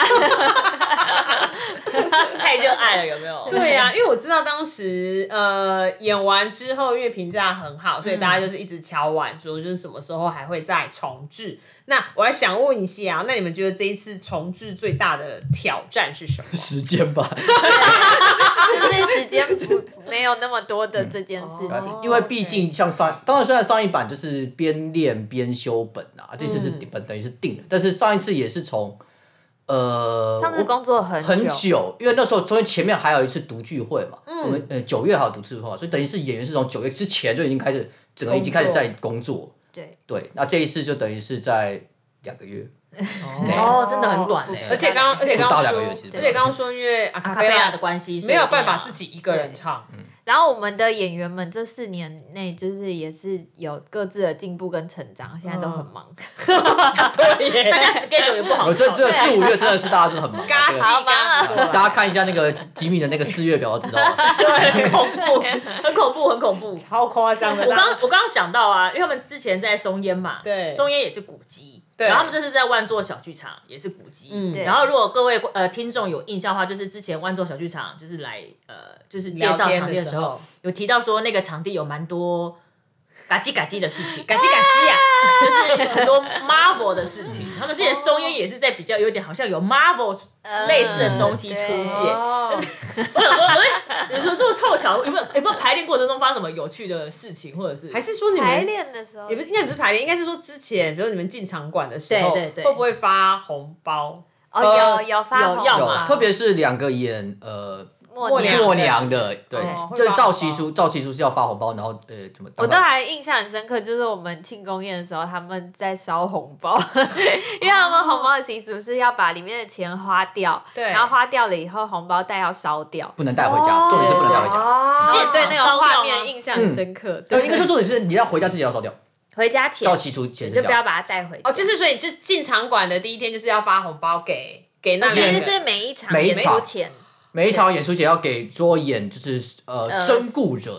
太热爱了，有没有？ 对呀、啊，因为我知道当时呃演完之后，因为评价很好，所以大家就是一直敲碗说，就是什么时候还会再重置。那我来想问一下啊，那你们觉得这一次重置最大的挑战是什么？ 时间吧， 就是时间不没有那么多的这件事情。 哦因为毕竟像上，当然虽然上一版就是边练边修本啊，这次是本等于是定的，但是上一次也是从呃， 他们工作很久很久，因为那时候所以前面还有一次读剧会嘛，我们呃九月还有读剧会嘛，所以等于是演员是从九月之前就已经开始，整个已经开始在工作。 对对，那这一次就等于是在两个月， 哦，真的很短哎。 而且刚刚，而且刚刚说不到两个月其实， 而且刚刚说，因为阿阿卡贝拉卡贝拉的关系没有办法自己一个人唱， 然后我们的演员们这四年内就是也是有各自的进步跟成长，现在都很忙。 对耶， 大家 schedule 也不好我这调。 这四五月真的是大家真的很忙， 嘎西对好忙啊嘎大家看一下那个吉米的那个四月表就知道了。 很恐怖，很恐怖，很恐怖。 超夸张的。 我刚我刚刚想到啊，因为他们之前在松烟嘛， 对松烟也是古迹， 对然后他们这次在万座小剧场也是古迹， 嗯对然后如果各位呃听众有印象的话，就是之前万座小剧场就是来呃就是介绍场地的时候，有提到说那个场地有蛮多嘎叽嘎叽的事情， 嘎叽嘎叽啊， 就是很多 Marvel 的事情。他们之前松烟也是在比较有点好像有 Marvel 类似的东西出现。 哦， 我想说，哎，你说这么凑巧，有没有有没有排练过程中发生什么有趣的事情，或者是还是说你们排练的时候也不应该不是排练，应该是说之前，比如你们进场馆的时候， 对对对会不会发红包？ 哦呃有有发红有， 有要嘛特别是两个演呃默娘默娘的，对哦，会就是发红包照习俗，照习俗是要发红包，然后呃怎么？ 我都还印象很深刻，就是我们庆功宴的时候，他们在烧红包，因为他们红包的习俗是要把里面的钱花掉， 对然后花掉了以后，红包袋要烧掉。 不能带回家，重点是不能带回家。 哦现对那个画烧掉吗面印象很深刻。 对， 对， 应该说重点是你要回家自己要烧掉， 回家前照习俗前是这样。 就不要把它带回家。 哦，就是所以就进场馆的第一天就是要发红包给给那其两个实是每一场演每一场出前， 每一场演出前要给所有演就是呃呃身故者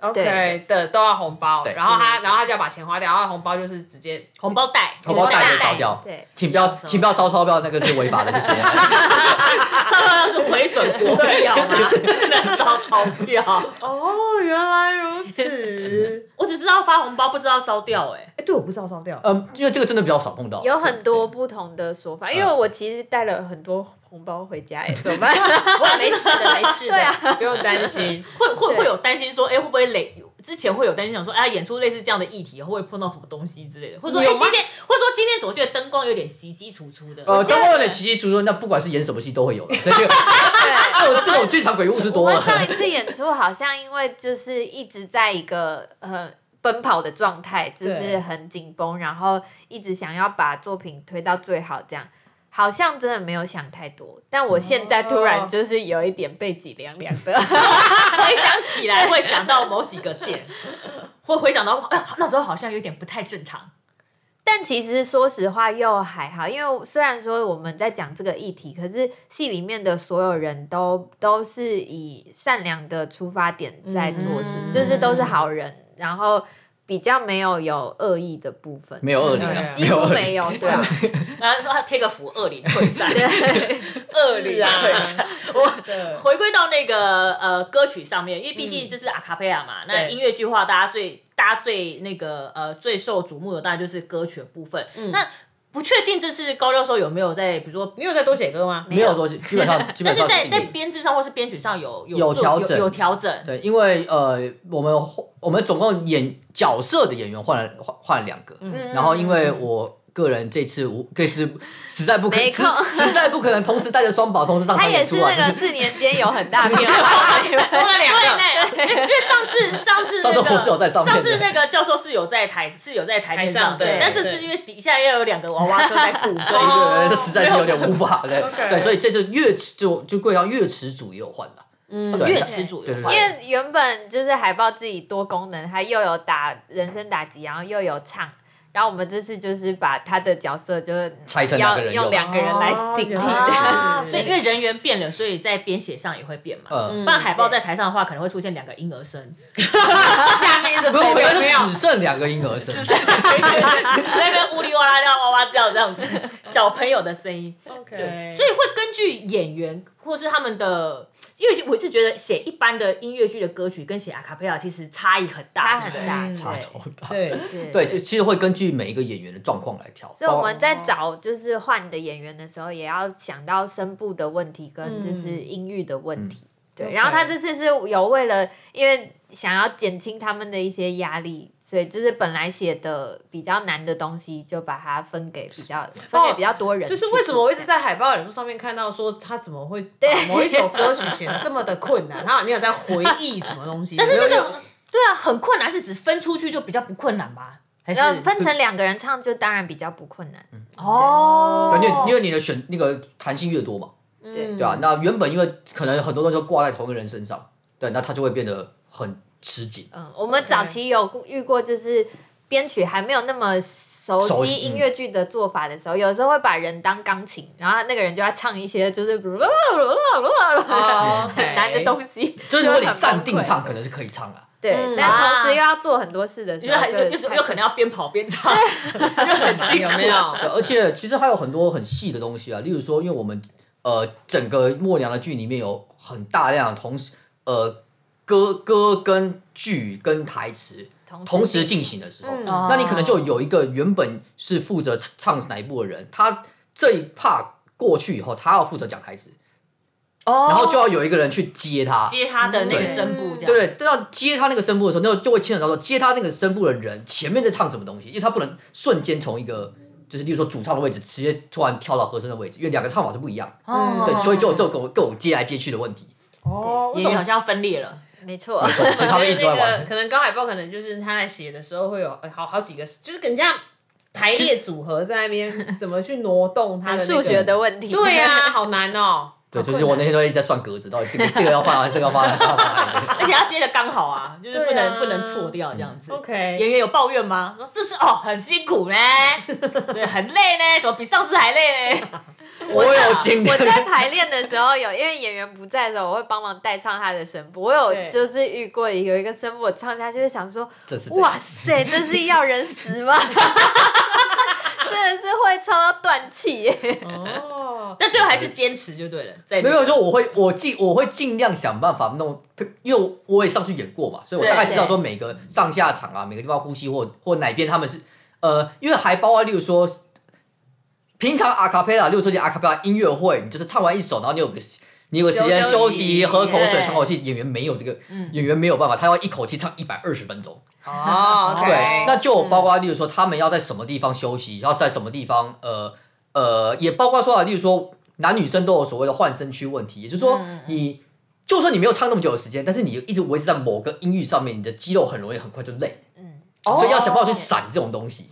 OK 的都要红包，然后他然后他就要把钱花掉，然后红包就是直接红包袋， 红包袋就烧掉。 对， 请不要请不要烧钞票，那个是违法的，谢谢。 烧钞票是毁损国票吗？不能烧钞票。 哦，原来如此。 我只知道发红包，不知道烧掉哎、欸。 哎，对，我不知道烧掉。 嗯，因为这个真的比较少碰到。 有很多不同的说法，因为我其实带了很多红包回家，哎，怎么办？我没事的，没事的， 对啊， 不用担心。 会会会有担心说，哎、欸，会不会累？之前会有担心想说，哎、啊，演出类似这样的议题，会不会碰到什么东西之类的？或者说，哎、欸，今天，或者说今天怎么觉得灯光有点稀稀楚楚的？ 呃，灯光有点稀稀楚楚，那不管是演什么戏都会有的。这些这种这种剧场鬼故事多了。 我们上一次演出好像因为就是一直在一个呃奔跑的状态，就是很紧绷，然后一直想要把作品推到最好，这样。好像真的没有想太多，但我现在突然就是有一点背脊凉凉的， 回想起来会想到某几个点，会回想到，哎，那时候好像有点不太正常。 但其实说实话又还好，因为虽然说我们在讲这个议题，可是戏里面的所有人都都是以善良的出发点在做事，嗯、就是都是好人，然后。比较没有有恶意的部分， 没有恶灵啊， 几乎没有，对啊。 然后说他贴个符，恶灵退散，恶灵退散。我回归到那个呃歌曲上面，因为毕竟这是阿卡贝拉嘛，那音乐剧化大家最大家最那个呃最受瞩目的，当然就是歌曲的部分。那不确定这次高教授有没有在，比如说你有在多写歌吗？ 没有多写，基本上基本上。 但是在在编制上或是编曲上有有有调整， 有调整。 对，因为呃，我们我们总共演角色的演员换了换换了两个，嗯、然后因为我个人这次无这次实在不可实实在不可能同时带着双宝同时上台演出啊。 他也是那个四年间有很大变化，多了两个。因为上次上次那个上次我是有在上面上次那个教授是有在台是有在台面上的， 但这次因为底下要有两个娃娃车在顾，所以对对对，这实在是有点无法对对，所以这次乐池就就归到乐池组也有换了。 嗯，乐池组有换， 因为原本就是海豹自己多功能，它又有打人声打击，然后又有唱。然后我们这次就是把他的角色就是要用两个人来顶替的， 所以因为人员变了，所以在编写上也会变嘛。不然海报在台上的话，可能会出现两个婴儿声， 下面是不是，可能是只剩两个婴儿声， 那边呜哩哇啦叫哇哇叫这样子，小朋友的声音。 OK， 对，所以会根据演员或是他们的。因为我是觉得写一般的音乐剧的歌曲跟写阿卡贝拉其实差异很大， 差很大， 差超大。 对对，其实会根据每一个演员的状况来调。 所以我们在找就是换的演员的时候，也要想到声部的问题跟就是音域的问题。嗯、对，然后他这次是有为了因为想要减轻他们的一些压力，所以就是本来写的比较难的东西，就把它分给比较分给比较多人。 这是为什么我一直在海报脸书上面看到说他怎么会把某一首歌曲写得这么的困难？然后你有在回忆什么东西？ 但是那个对啊，很困难是指分出去就比较不困难吧？还是分成两个人唱就当然比较不困难。 嗯、 哦， 因为因为你的选那个弹性越多嘛，对对啊，那原本因为可能很多东西都挂在同一个人身上，对，那他就会变得很吃紧。 嗯，我们早期有遇过，就是编曲还没有那么熟悉音乐剧的做法的时候，有时候会把人当钢琴，然后那个人就要唱一些就是很难的东西。 就是如果你站定唱，可能是可以唱啦。 对，但同时又要做很多事的时候， 就有可能要边跑边唱，就很辛苦。 而且其实还有很多很细的东西啊，例如说，因为我们呃整个默娘的剧里面有很大量的同时呃。歌歌跟剧跟台词同时进行的时候，嗯、那你可能就有一个原本是负责唱哪一部的人，他这一 part 过去以后，他要负责讲台词，哦、然后就要有一个人去接他， 接他的那个声部，这样对对，要接他那个声部的时候，那就会牵扯到说接他那个声部的人前面在唱什么东西，因为他不能瞬间从一个就是例如说主唱的位置直接突然跳到和声的位置，因为两个唱法是不一样，嗯、对，所以就有这种各种接来接去的问题。 哦， 演员好像分裂了。 没错， 我觉得那个可能高海豹可能就是他在写的时候会有好好几个，就是跟人家排列组合在那边怎么去挪动他的、那个、 数学的问题。 对呀、啊，好难哦。 对，就是我那天都一直在算格子，到底这个这个要放哪，这个要放哪，这个要放哪。 而且要接的刚好啊，就是不能、啊、不能错掉这样子。 OK， 演员有抱怨吗？说这是哦，很辛苦呢，对，很累呢，怎么比上次还累呢？ 我有经历， 我在排练的时候有，因为演员不在的时候，我会帮忙代唱他的声部。我有就是遇过有一个声部，我唱下去就想说，哇塞，这是要人死吗？真的是会唱到断气耶！ 哦，但最后还是坚持就对了。 没有，就我会我尽我会尽量想办法弄，因为我也上去演过嘛，所以我大概知道说每个上下场啊，每个地方呼吸或或哪边他们是呃，因为还包括例如说。平常阿卡贝拉，例如说你阿卡贝拉音乐会，你就是唱完一首，然后你有个你有个时间休息、喝口水、喘口气。演员没有这个，嗯、演员没有办法，他要一口气唱一百二十分钟。 哦， okay, 对，那就包括例如说他们要在什么地方休息，要在什么地方，呃呃，也包括说啊，例如说男女生都有所谓的换声区问题，也就是说你就算你没有唱那么久的时间，但是你一直维持在某个音域上面，你的肌肉很容易很快就累，嗯，所以要想办法去闪这种东西。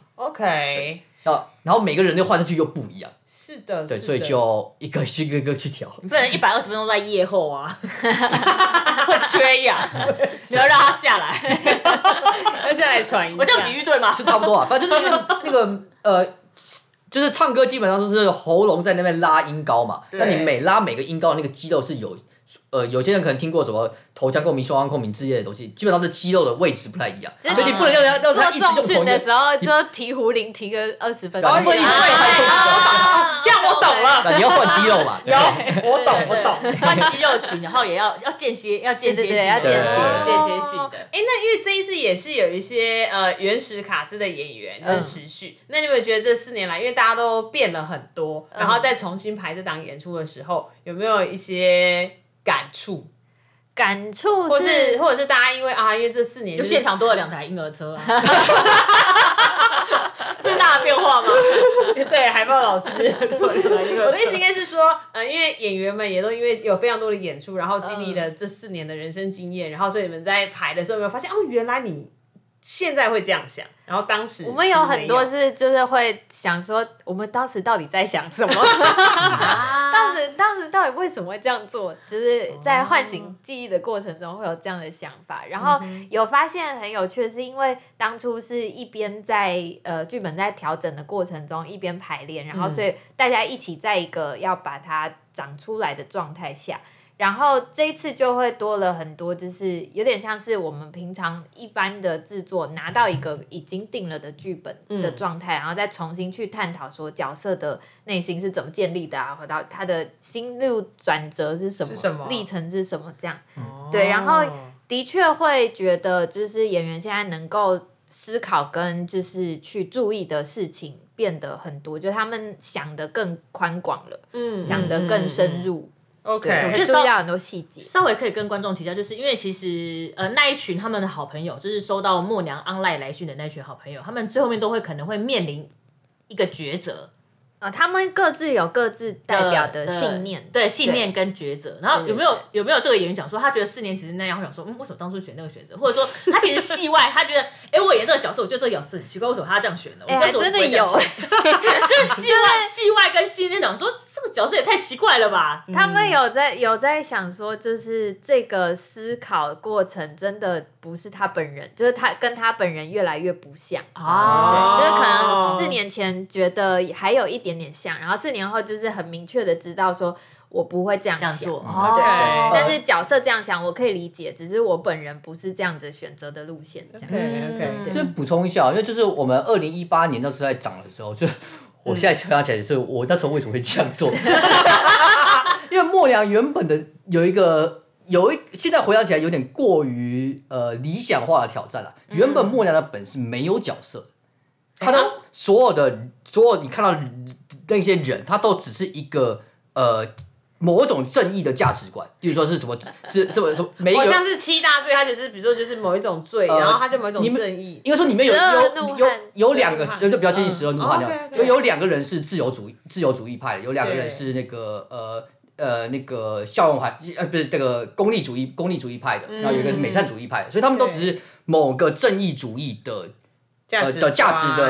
OK。 然后每个人的换声区又不一样， 是的， 对，所以就一个一个一个去调。 你不能一百二十分钟在夜后啊，会缺氧，你要让他下来， 要下来喘一下。 我这样比喻对吗？ 是差不多啊，反正就是因为那个呃，就是唱歌基本上都是喉咙在那边拉音高嘛，但你每拉每个音高，那个肌肉是有。呃，有些人可能听过什么头腔共鸣、胸腔共鸣之类的东西，基本上是肌肉的位置不太一样，所以你不能让他让他一直用同一个。 做重训的时候就提壶铃提个二十分钟， 不一直这样我懂了。 那你要换肌肉嘛？ 有，我懂，我懂。 换肌肉群，然后也要要间歇，要间歇性的， 要间歇间歇性的。 哎，那因为这一次也是有一些呃原始卡司的演员跟时序，那你有没有觉得这四年来，因为大家都变了很多，然后再重新排这档演出的时候，有没有一些感触？ 感触是， 或是或者是大家因为啊，因为这四年、 就是、就现场多了两台婴儿车、啊，最大的变化吗？ 对，海豹老师，我的意思应该是说，呃，因为演员们也都因为有非常多的演出，然后经历了这四年的人生经验，然后所以你们在排的时候有没有发现，哦，原来你现在会这样想，然后当时我们有很多是就是会想说，我们当时到底在想什么？当时当时到底为什么会这样做？就是在唤醒记忆的过程中会有这样的想法，然后有发现很有趣的是，因为当初是一边在呃剧本在调整的过程中一边排练，然后所以大家一起在一个要把它长出来的状态下。然后这一次就会多了很多，就是有点像是我们平常一般的制作拿到一个已经定了的剧本的状态，嗯、然后再重新去探讨说角色的内心是怎么建立的啊，或到他的心路转折是什么， 是什么历程是什么这样。哦、对，然后的确会觉得就是演员现在能够思考跟就是去注意的事情变得很多，就他们想得更宽广了，嗯，想得更深入。嗯 OK， 我就注意到很多细节， 稍微可以跟观众提一下，就是因为其实呃那一群他们的好朋友，就是收到默娘 online 来讯的那群好朋友，他们最后面都会可能会面临一个抉择。 呃，他们各自有各自代表的信念， 对信念跟抉择。然后有没有有没有这个演员讲说，他觉得四年其实那样，会想说，嗯，为什么当初选那个选择？或者说他其实戏外，他觉得，哎、欸，我演这个角色，我觉得这个角色很奇怪，为什么他这样选的？ 哎、欸，真的有， 就是戏外戏外跟戏内讲说，这个角色也太奇怪了吧？ 他们有在有在想说，就是这个思考过程真的不是他本人，就是他跟他本人越来越不像哦，就是可能四年前觉得还有一点点像，然后四年后就是很明确的知道说我不会这样想， 这样做哦、对，哦、但是角色这样想我可以理解，只是我本人不是这样子选择的路线。这样 OK OK， 就补充一下，因为就是我们二零一八年那时候在涨的时候，就我现在回想起来，是我那时候为什么会这样做？因为默娘原本的有一个有一，现在回想起来有点过于呃理想化的挑战了。原本默娘的本是没有角色，他的所有的所有你看到那些人，他都只是一个呃某种正义的价值观，比如说是什么是什么什么，每一个好像是七大罪，他就是比如说就是某一种罪，呃、然后他就某一种正义。 应该说里面有有有有两个，就比较接近十二怒汉那样，就有两个人是自由主义自由主义派的，有两个人是那个呃。呃，那个效用派呃不是那个功利主义功利主义派的，然后有一个是美善主义派的，所以他们都只是某个正义主义的呃的价值的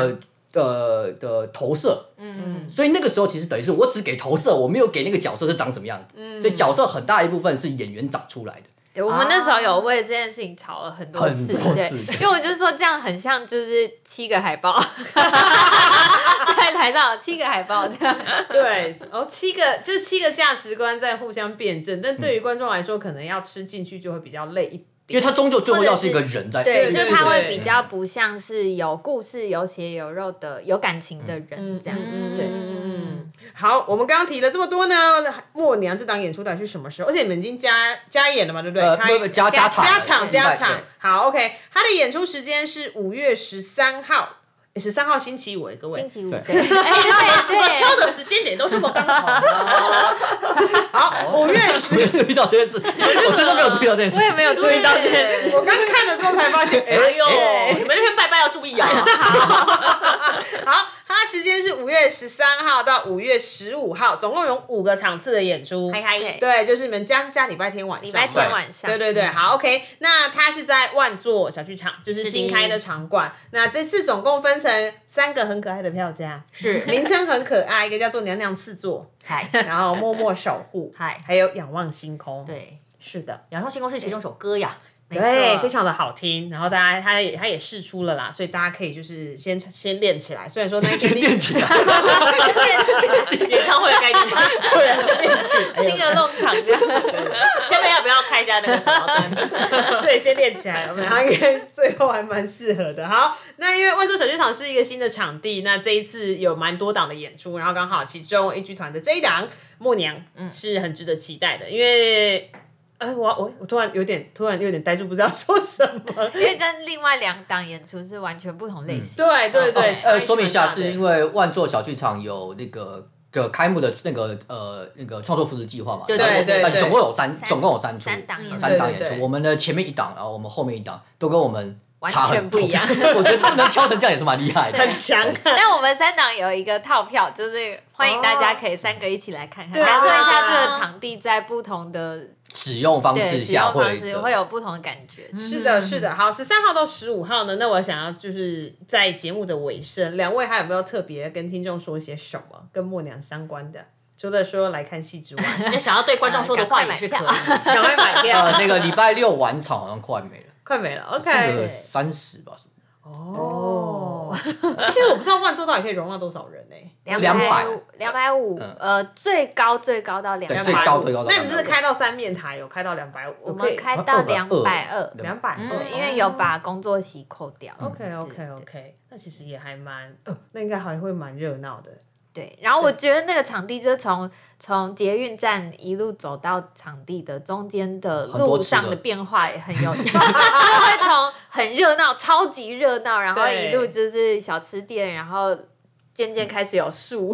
的的投射，嗯，所以那个时候其实等于是我只给投射，我没有给那个角色是长什么样子，嗯，所以角色很大一部分是演员长出来的。 对，我们那时候有为这件事情吵了很多次， 很多对， 次因为我就说这样很像就是七个海报，在台上有七个海报这样。 对，然后七个就是七个价值观在互相辩证，但对于观众来说，可能要吃进去就会比较累一点。 因为他终究最后要是一个人在， 对， 对就是他会对比较不像是有故事、有血有肉的、有感情的人这样。 嗯对， 嗯，好，我们刚刚提了这么多呢，默娘这档演出到底是什么时候？而且你们已经加加演了嘛，对不对？ 呃， 开不不加加场加场对加场对。 好 ，OK， 他的演出时间是五月十三号，十三号星期五，各位。 星期五， 对对，哎怎么对挑的时间点都这么刚好？ 好，五月十没有注意到这件事情，我真的没有注意到这件事情。 我也没有注意到这件事。 我刚看了之后才发现，哎、 哎呦，你们那天拜拜要注意啊！ 好，它时间是五月十三号到五月十五号，总共有五个场次的演出。 嗨嗨， 对，就是你们家是加礼拜天晚上， 礼拜天晚上， 对对对，好 ，OK， 那它是在万座小剧场，就是新开的场馆。那这次总共分成三个很可爱的票价， 是名称很可爱，一个叫做娘娘赐座， 嗨然后默默守护， 嗨， 还有仰望星空。， 对， 是的。 仰望星空是其中一首歌呀。 对，非常的好听，然后大家他也他也试出了啦，所以大家可以就是先先练起来。虽然说那一天练起来， 演唱会的概念吗？ 对啊，先练起来， 新的弄场这样。 下面要不要开一下那个手摇灯？ 对，先练起来，然后应该最后还蛮适合的。好，那因为万座小剧场是一个新的场地，那这一次有蛮多档的演出，然后刚好其中 A 剧团的这一档默娘，嗯，是很值得期待的，因为。呃，我我我突然有点突然有点呆住，不知道说什么。 因为跟另外两档演出是完全不同类型。 对对对， 呃，说明一下，是因为万座小剧场有那个的开幕的那个呃那个创作扶持计划嘛， 对对对对， 总共有三，总共有三出， 三档演出三档演对对对出。我们的前面一档，然后我们后面一档都跟我们完差很多全不一样。 我觉得他们能挑成这样也是蛮厉害的， 很强。 但我们三档有一个套票，就是欢迎大家可以三个一起来看看， 对啊感受一下这个场地在不同的使用方对式下使用方会的式会有不同的感觉。 是的，是的。好，十三号到十五号呢，那我想要就是在节目的尾声，两位还有没有特别跟听众说些什么跟默娘相关的？除了说来看戏之外， 你想要对观众说的话也是可以。 赶快买票。 呃，那个礼拜六晚场好像快没了， 快没了这个 ，OK。 三十吧，是哦，其实我不知道万座到底可以容纳多少人呢？ 两百两百五，呃，最高最高到两对百， 最高最高到那你这是开到三面台，有开到两百五？ 我们开到两百二， 两百对， 二， 因为有把工作席扣掉。 OK OK OK，那其实也还蛮，呃，那应该还会蛮热闹的。 对，然后我觉得那个场地就是从从捷运站一路走到场地的中间的路上的变化也很有，就会从很热闹、超级热闹，然后一路就是小吃店，然后渐渐开始有树，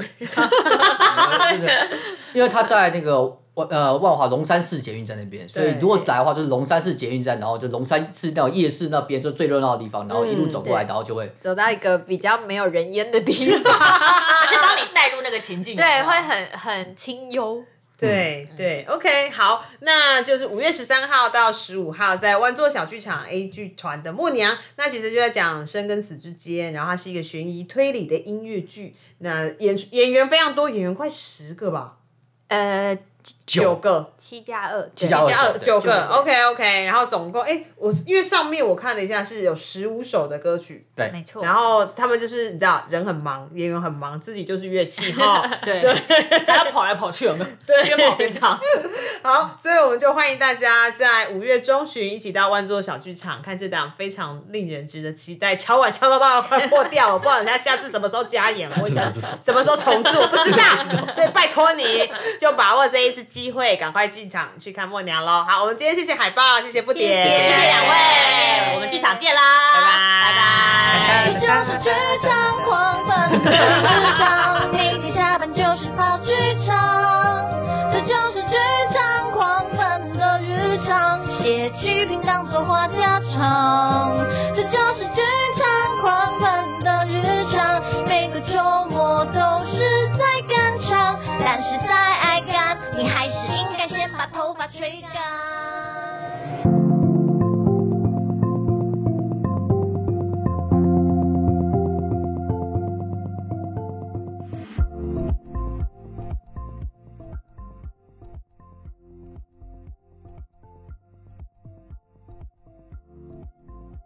因为他在那个万呃万华龙山市捷运站那边，所以如果来的话就是龙山市捷运站，然后就龙山市那种夜市那边就最热闹的地方，然后一路走过来，然后就会走到一个比较没有人烟的地方， 而且帮你带入那个情境， 对，会很很清幽。 对对 ，OK， 好，那就是五月十三号到十五号在万座小剧场 A 剧团的默娘，那其实就在讲生跟死之间，然后它是一个悬疑推理的音乐剧，那演演员非常多，演员快十个吧， 呃， 九个。 七加二， 七加二加二对九个 ，OK OK， 然后总共哎，我因为上面我看了一下是有十五首的歌曲， 对， 没错。 然后他们就是你知道人很忙，演员很忙，自己就是乐器哈， 对，还要跑来跑去，有没有？ 对， 边跑边唱。 好，所以我们就欢迎大家在五月中旬一起到万座小剧场看这档非常令人值得期待，敲碗敲到到快破掉了，我不知道人家下次什么时候加演，我想什么时候重置，我不知道，所以拜托你就把握这一次机会，赶快进场去看默娘咯。好，我们今天谢谢海豹，谢谢不点， 谢谢谢谢两位，我们剧场见啦， 拜拜， 拜拜。 就是这样狂奔的